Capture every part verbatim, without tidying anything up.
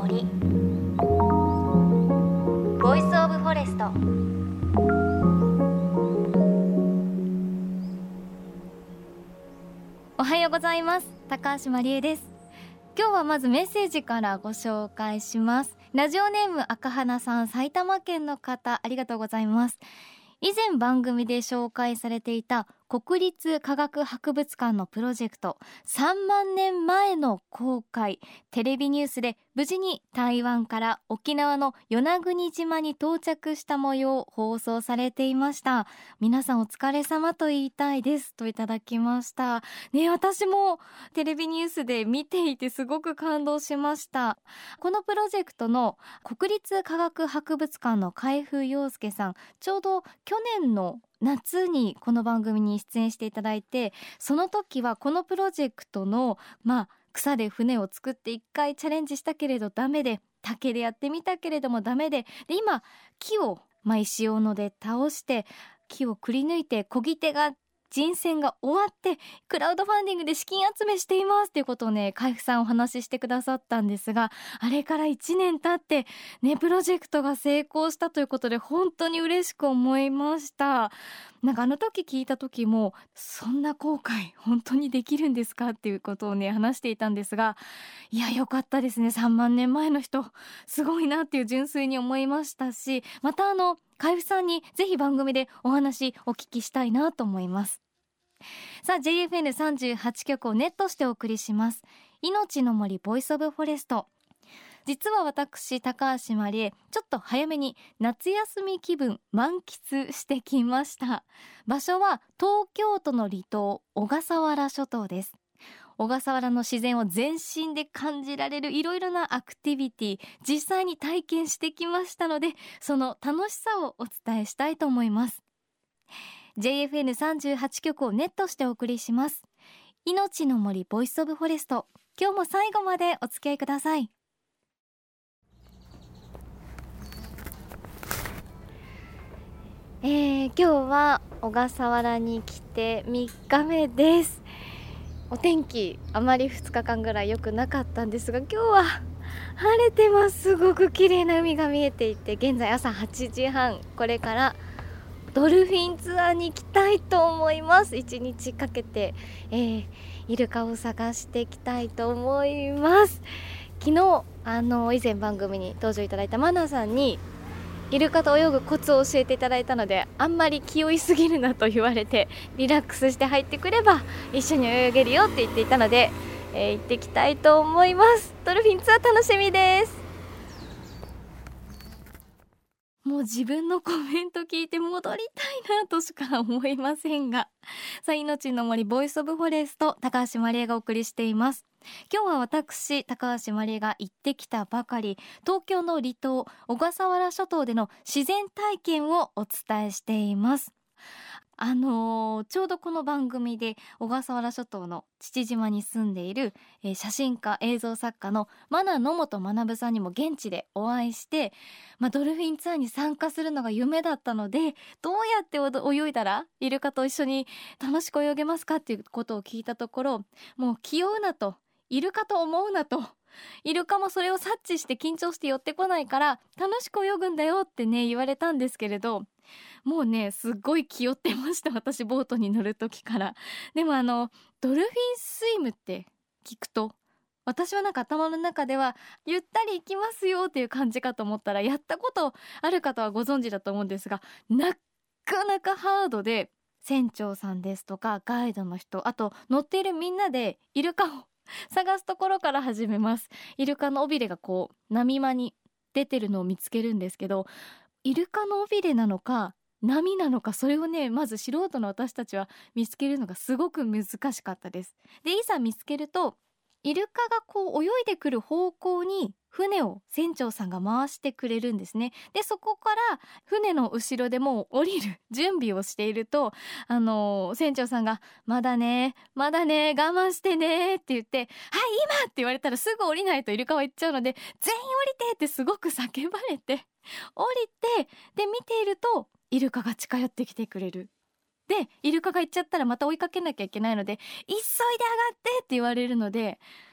森ボイスオブフォレスト。おはようございます。高橋真理恵です。今日はまずメッセージからご紹介します。ラジオネーム赤花さん、埼玉県の方、ありがとうございます。以前番組で紹介されていた国立科学博物館のプロジェクトさんまんねんまえの航海、テレビニュースで無事に台湾から沖縄の与那国島に到着した模様放送されていました。皆さんお疲れ様と言いたいですといただきましたね。私もテレビニュースで見ていてすごく感動しました。このプロジェクトの国立科学博物館の海部陽介さん、ちょうど去年の夏にこの番組に出演していただいて、その時はこのプロジェクトのまあ草で船を作って一回チャレンジしたけれどダメで、竹でやってみたけれどもダメで、で今木を、まあ、石斧で倒して木をくり抜いて漕ぎ手が人選が終わってクラウドファンディングで資金集めしていますということをね、海部さんお話ししてくださったんですが、あれからいちねん経ってね、プロジェクトが成功したということで本当に嬉しく思いました。なんかあの時聞いた時も、そんな後悔本当にできるんですかっていうことをね話していたんですが、いやよかったですね。さんまんねんまえの人すごいなっていう純粋に思いましたし、またあの海部さんにぜひ番組でお話お聞きしたいなと思います。さあ ジェイエフエヌさんじゅうはち 局をネットしてお送りします。命の森ボイスオブフォレスト。実は私高橋真理恵、ちょっと早めに夏休み気分満喫してきました。場所は東京都の離島小笠原諸島です。小笠原の自然を全身で感じられるいろいろなアクティビティ、実際に体験してきましたので、その楽しさをお伝えしたいと思います。 ジェイエフエヌさんじゅうはち 局をネットしてお送りします。命の森ボイスオブフォレスト、今日も最後までお付き合いください。えー、今日は小笠原に来てみっかめです。お天気あまりふつかかんぐらい良くなかったんですが、今日は晴れてます。すごく綺麗な海が見えていて、現在朝はちじはん、これからドルフィンツアーに行きたいと思います。いちにちかけて、えー、イルカを探していきたいと思います。昨日あの以前番組に登場いただいたマナさんにイルカと泳ぐコツを教えていただいたので、あんまり気負いすぎるなと言われて、リラックスして入ってくれば一緒に泳げるよって言っていたので、えー、行ってきたいと思います。ドルフィンツアー楽しみです。もう自分のコメント聞いて戻りたいなとしか思いませんが、さあ命の森ボイスオブフォレスト、高橋真理恵がお送りしています。今日は私高橋真理恵が行ってきたばかり、東京の離島小笠原諸島での自然体験をお伝えしています。あのー、ちょうどこの番組で小笠原諸島の父島に住んでいる、えー、写真家映像作家のマナ野本学さんにも現地でお会いして、まあ、ドルフィンツアーに参加するのが夢だったので、どうやって泳いだらイルカと一緒に楽しく泳げますかっていうことを聞いたところ、もう気負うなと、イルカと思うなと、イルカもそれを察知して緊張して寄ってこないから楽しく泳ぐんだよってね言われたんですけれど、もうねすっごい気負ってました。私ボートに乗る時から。でもあのドルフィンスイムって聞くと、私はなんか頭の中ではゆったり行きますよっていう感じかと思ったら、やったことある方はご存知だと思うんですが、なかなかハードで、船長さんですとかガイドの人、あと乗っているみんなでイルカを探すところから始めます。イルカの尾びれがこう波間に出てるのを見つけるんですけど、イルカの尾びれなのか波なのか、それをねまず素人の私たちは見つけるのがすごく難しかったです。でいざ見つけると、イルカがこう泳いでくる方向に船を船長さんが回してくれるんですね。でそこから船の後ろでもう降りる準備をしていると、あのー、船長さんがまだねまだね我慢してねって言って、はい今って言われたらすぐ降りないとイルカは行っちゃうので、全員降りてってすごく叫ばれて降りて、で見ているとイルカが近寄ってきてくれる。でイルカが行っちゃったらまた追いかけなきゃいけないので、急いで上がってって言われるので、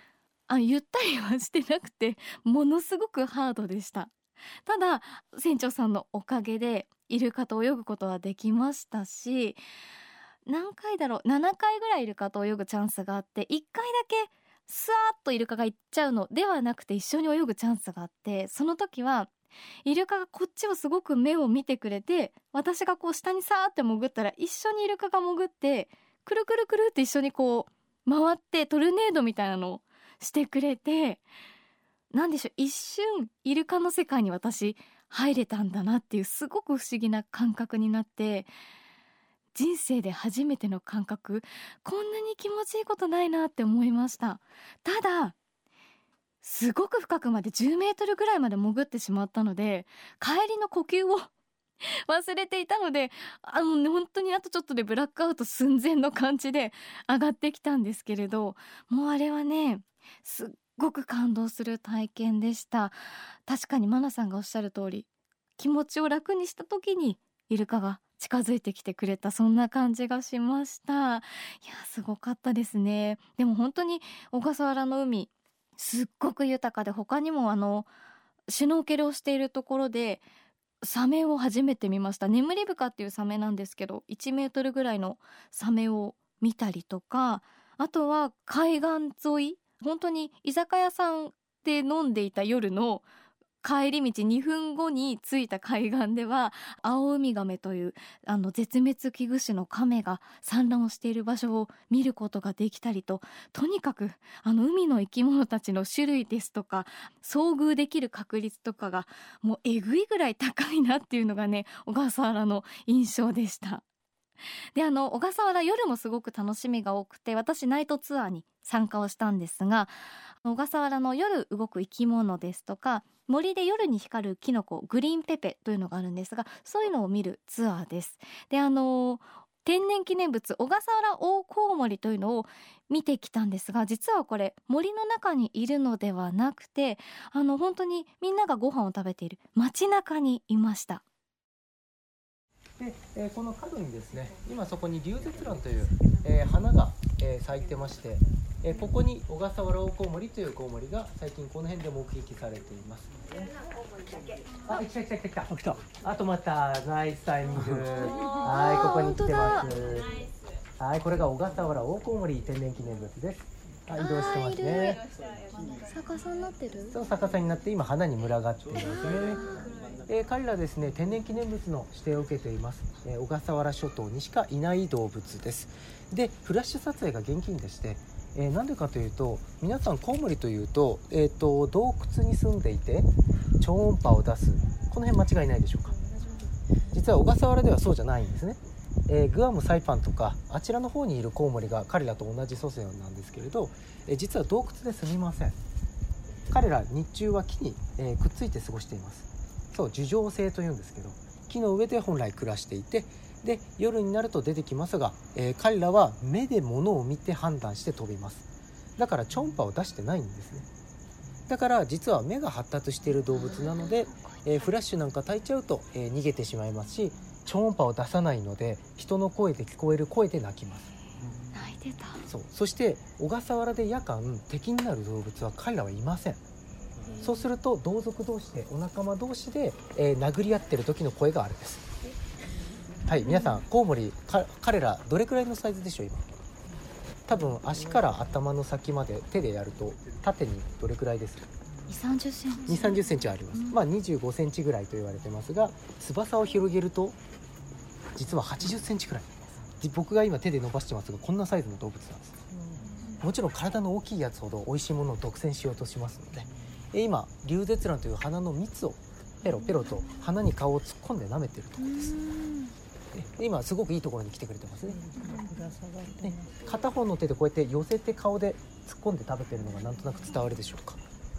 あゆったりはしてなくてものすごくハードでした。ただ船長さんのおかげでイルカと泳ぐことはできましたし、何回だろうななかいぐらいイルカと泳ぐチャンスがあって、いっかいだけスワーッとイルカが行っちゃうのではなくて一緒に泳ぐチャンスがあって、その時はイルカがこっちをすごく目を見てくれて、私がこう下にさーって潜ったら一緒にイルカが潜ってくるくるくるって一緒にこう回ってトルネードみたいなのをしてくれて、なんでしょう、一瞬イルカの世界に私入れたんだなっていうすごく不思議な感覚になって、人生で初めての感覚、こんなに気持ちいいことないなって思いました。ただすごく深くまでじゅうメートルぐらいまで潜ってしまったので、帰りの呼吸を忘れていたので、あの、ね、本当にあとちょっとでブラックアウト寸前の感じで上がってきたんですけれど、もうあれはねすっごく感動する体験でした。確かにマナさんがおっしゃる通り、気持ちを楽にした時にイルカが近づいてきてくれた、そんな感じがしました。いやすごかったですね。でも本当に小笠原の海すっごく豊かで、他にもあのシュノーケルをしているところでサメを初めて見ました。ネムリブカっていうサメなんですけど、いちメートルぐらいのサメを見たりとか、あとは海岸沿い、本当に居酒屋さんで飲んでいた夜の帰り道にふんごに着いた海岸では、アオウミガメというあの絶滅危惧種のカメが産卵をしている場所を見ることができたりと、とにかくあの海の生き物たちの種類ですとか遭遇できる確率とかがもうえぐいぐらい高いなっていうのがね、小笠原の印象でした。であの小笠原夜もすごく楽しみが多くて、私ナイトツアーに参加をしたんですが、小笠原の夜動く生き物ですとか森で夜に光るキノコ、グリーンペペというのがあるんですが、そういうのを見るツアーです。であの天然記念物小笠原オオコウモリというのを見てきたんですが、実はこれ森の中にいるのではなくて、あの本当にみんながご飯を食べている街中にいました。 で、えー、この角にですね、今そこにリュウゼツランという、えー、花が、えー、咲いてまして、えー、ここに小笠原オオコウモリというコウモリが最近この辺で目撃されています。あ、来た来た来た来た来た。あとまたナイスタイミング。はい、ここに来てます。はい、これが小笠原オオコウモリ天然記念物です。はい、移動してますね。 逆さになってる。 そう、逆さになって今花に群がっていますね。えー、彼らですね、天然記念物の指定を受けています。えー、小笠原諸島にしかいない動物です。で、フラッシュ撮影が厳禁でして、えー、なんでかというと、皆さんコウモリというと、えーと、洞窟に住んでいて超音波を出す、この辺間違いないでしょうか。実は小笠原ではそうじゃないんですね。えー、グアム、サイパンとかあちらの方にいるコウモリが彼らと同じ祖先なんですけれど、えー、実は洞窟で住みません。彼ら日中は木に、えー、くっついて過ごしています。そう、樹状性というんですけど、木の上で本来暮らしていて、で夜になると出てきますが、えー、彼らは目で物を見て判断して飛びます。だから超音波を出してないんですね。だから実は目が発達している動物なので、えー、フラッシュなんか焚いちゃうと、えー、逃げてしまいますし、超音波を出さないので人の声で聞こえる声で鳴きます。 泣いてた。 そう、そして小笠原で夜間敵になる動物は彼らはいません。そうすると同族同士でお仲間同士で、えー、殴り合ってる時の声があるんです。はい、皆さんコウモリか彼らどれくらいのサイズでしょう。今多分足から頭の先まで手でやると縦にどれくらいですか。 にじゅう、さんじゅっセンチ。 にじゅう、さんじゅっセンチあります、うん、まあにじゅうごセンチぐらいと言われてますが、翼を広げると実ははちじゅっセンチくらい。僕が今手で伸ばしてますが、こんなサイズの動物なんです。もちろん体の大きいやつほど美味しいものを独占しようとしますので、今リュウゼツランという花の蜜をペロペロと鼻に顔を突っ込んで舐めてるところです。今すごくいいところに来てくれてますね。ね、片方の手でこうやって寄せて顔で突っ込んで食べてるのがなんとなく伝わるでしょうか。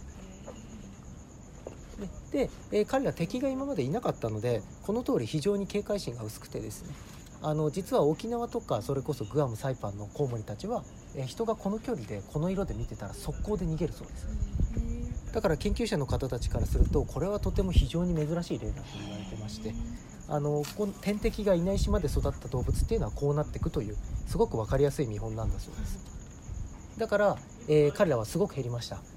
で、えー、彼ら敵が今までいなかったので、この通り非常に警戒心が薄くてですね、あの実は沖縄とかそれこそグアム、サイパンのコウモリたちは、えー、人がこの距離でこの色で見てたら速攻で逃げるそうです。だから研究者の方たちからすると、これはとても非常に珍しい例だと言われてまして、あのこの天敵がいない島で育った動物っていうのはこうなっていくというすごく分かりやすい見本なんだそうです。だから、えー、彼らはすごく減りました。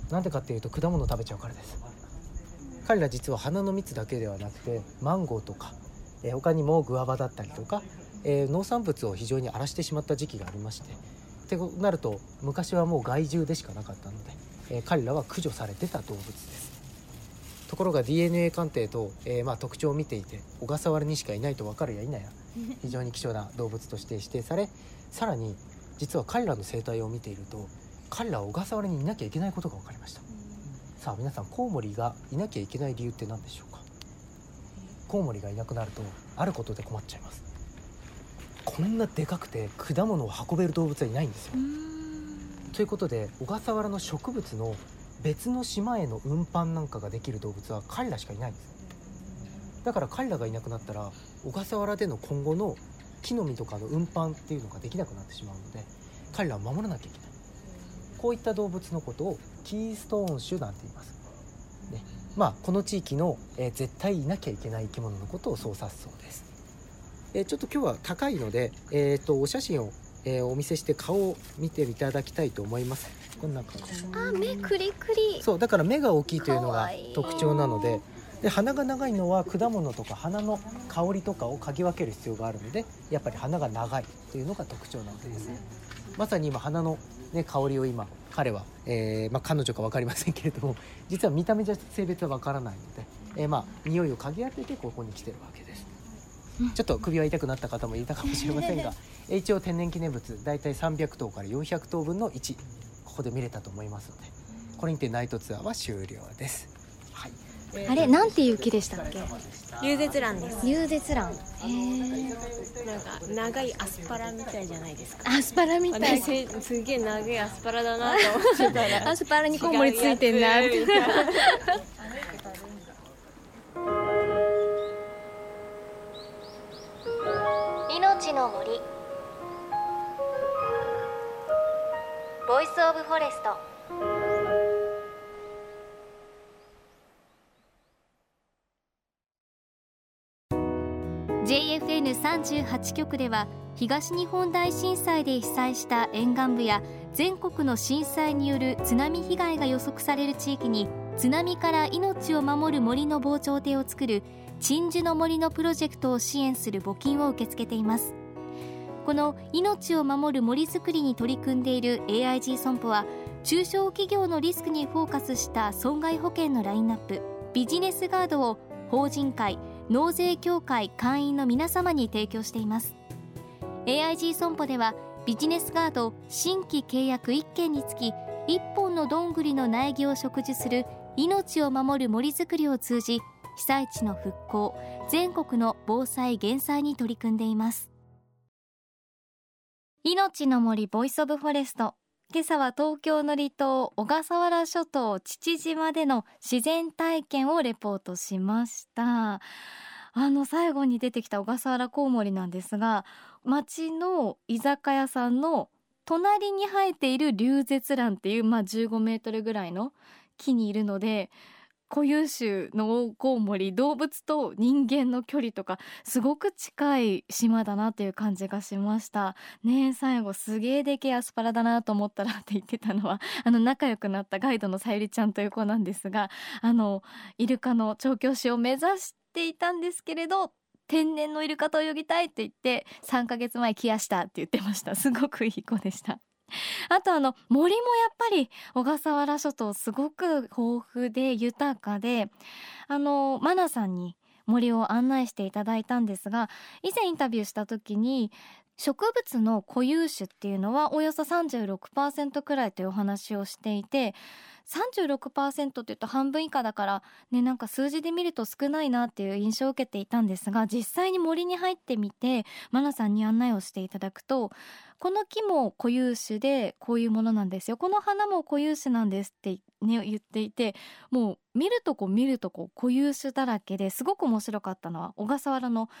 なんでかっていうと果物食べちゃうからです。彼ら実は花の蜜だけではなくてマンゴーとか、えー、他にもグアバだったりとか、えー、農産物を非常に荒らしてしまった時期がありまして、ってなると昔はもう害獣でしかなかったので、えー、彼らは駆除されてた動物です。ところが ディーエヌエー 鑑定と、えーまあ、特徴を見ていて小笠原にしかいないと分かるや否や非常に希少な動物として指定され、さらに実は彼らの生態を見ていると彼らは小笠原にいなきゃいけないことが分かりました。さあ皆さん、コウモリがいなきゃいけない理由って何でしょうか。コウモリがいなくなるとあることで困っちゃいます。こんなでかくて果物を運べる動物はいないんですよ。ということで小笠原の植物の別の島への運搬なんかができる動物は彼らしかいないんです。だから彼らがいなくなったら小笠原での今後の木の実とかの運搬っていうのができなくなってしまうので、彼らを守らなきゃいけない。こういった動物のことをキーストーン種なんて言います、ね。まあこの地域の、えー、絶対いなきゃいけない生き物のことをそう指すそうです。えー、ちょっと今日は高いので、えー、とお写真を、えー、お見せして顔を見ていただきたいと思います。こんな感じ。 あ、目クリクリ。 そうだから目が大きいというのが特徴なので、で鼻が長いのは果物とか花の香りとかを嗅ぎ分ける必要があるので、やっぱり鼻が長いというのが特徴なわけですね。まさに今花の、ね、香りを今彼は、えーまあ、彼女か分かりませんけれども、実は見た目じゃ性別は分からないので、えーまあ、匂いを嗅ぎ当ててここに来てるわけです。ちょっと首は痛くなった方もいたかもしれませんが一応天然記念物だいたいさんびゃくとうからよんひゃくとうぶんのいち、ここで見れたと思いますので、これにてナイトツアーは終了です。はい、 あれ、なんていう木でしたっけ。 リュウゼツランです。 リュウゼツラン。へえ。 なんか長いアスパラみたいじゃないですか。 アスパラみたい。 私すげえ長いアスパラだなと思ってたらアスパラにコウモリついてんなって。命の森、ボイスオブフォレスト。ジェイエフエヌさんじゅうはち 局では東日本大震災で被災した沿岸部や全国の震災による津波被害が予測される地域に津波から命を守る森の防潮堤を作る鎮守の森のプロジェクトを支援する募金を受け付けています。この命を守る森づくりに取り組んでいる エーアイジー 損保は中小企業のリスクにフォーカスした損害保険のラインナップビジネスガードを法人会納税協会会員の皆様に提供しています。 エーアイジー 損保ではビジネスガード新規契約いっけんにつきいっぽんのどんぐりの苗木を植樹する命を守る森づくりを通じ被災地の復興、全国の防災減災に取り組んでいます。命の森ボイスオブフォレスト、今朝は東京の離島小笠原諸島父島での自然体験をレポートしました。あの最後に出てきた小笠原コウモリなんですが、町の居酒屋さんの隣に生えているリュウゼツランっていう、まあ、じゅうごメートルぐらいの木にいるので、固有種のコウモリ、動物と人間の距離とかすごく近い島だなという感じがしましたね。最後すげえでけえアスパラだなと思ったらって言ってたのは、あの仲良くなったガイドのさゆりちゃんという子なんですが、あのイルカの調教師を目指していたんですけれど、天然のイルカと泳ぎたいって言ってさんかげつまえ来やしたって言ってました。すごくいい子でした。あとあの森もやっぱり小笠原諸島すごく豊富で豊かで、あのマナさんに森を案内していただいたんですが、以前インタビューした時に植物の固有種っていうのはおよそ さんじゅうろくパーセント くらいというお話をしていて、さんじゅうろくパーセント って言うと半分以下だからね、なんか数字で見ると少ないなっていう印象を受けていたんですが、実際に森に入ってみてマナさんに案内をしていただくと、この木も固有種でこういうものなんですよ、この花も固有種なんですって、ね、言っていて、もう見るとこ見るとこ固有種だらけで、すごく面白かったのは小笠原の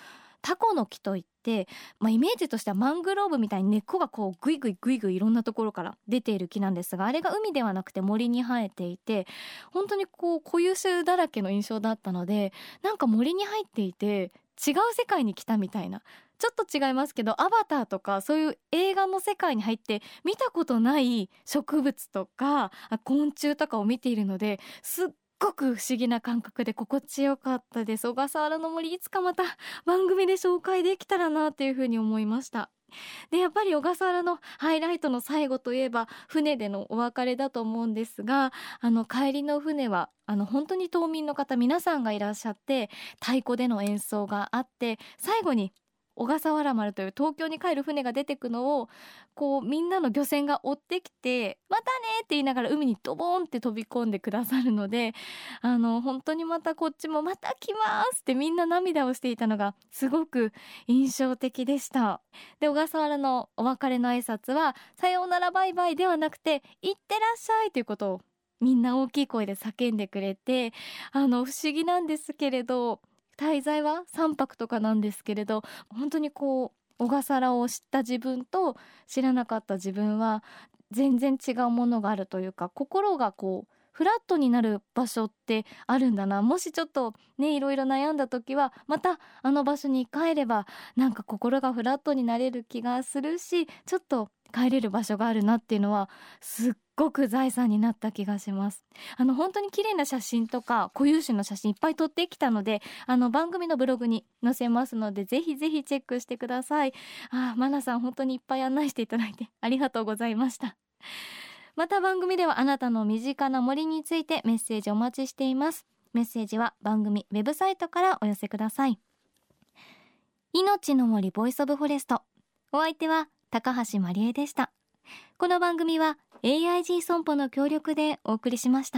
タコの木といって、まあ、イメージとしてはマングローブみたいに根っこがこうグイグイグイグイいろんなところから出ている木なんですが、あれが海ではなくて森に生えていて、本当にこう固有種だらけの印象だったので、なんか森に入っていて違う世界に来たみたいな、ちょっと違いますけどアバターとかそういう映画の世界に入って見たことない植物とか昆虫とかを見ているので、すっごく不思議な感覚で心地よかったです。小笠原の森、いつかまた番組で紹介できたらなというふうに思いました。でやっぱり小笠原のハイライトの最後といえば船でのお別れだと思うんですが、あの帰りの船はあの本当に島民の方皆さんがいらっしゃって、太鼓での演奏があって、最後に小笠原丸という東京に帰る船が出てくのをこうみんなの漁船が追ってきて、またねって言いながら海にドボーンって飛び込んでくださるので、あの本当にまたこっちもまた来ますってみんな涙をしていたのがすごく印象的でした。で小笠原のお別れの挨拶はさようならバイバイではなくていってらっしゃいということをみんな大きい声で叫んでくれて、あの不思議なんですけれど、滞在はさんぱくとかなんですけれど、本当にこう小笠原を知った自分と知らなかった自分は全然違うものがあるというか、心がこうフラットになる場所ってあるんだな、もしちょっとねいろいろ悩んだ時はまたあの場所に帰ればなんか心がフラットになれる気がするし、ちょっと帰れる場所があるなっていうのはすっごく財産になった気がします。あの本当に綺麗な写真とか固有種の写真いっぱい撮ってきたので、あの番組のブログに載せますのでぜひぜひチェックしてください。あ、マナさん本当にいっぱい案内していただいてありがとうございました。また番組ではあなたの身近な森についてメッセージお待ちしています。メッセージは番組ウェブサイトからお寄せください。命の森ボイスオブフォレスト、お相手は高橋まりえでした。この番組は エーアイジー 損保の協力でお送りしました。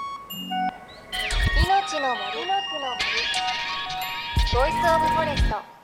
命の森ボイスオブフォレスト。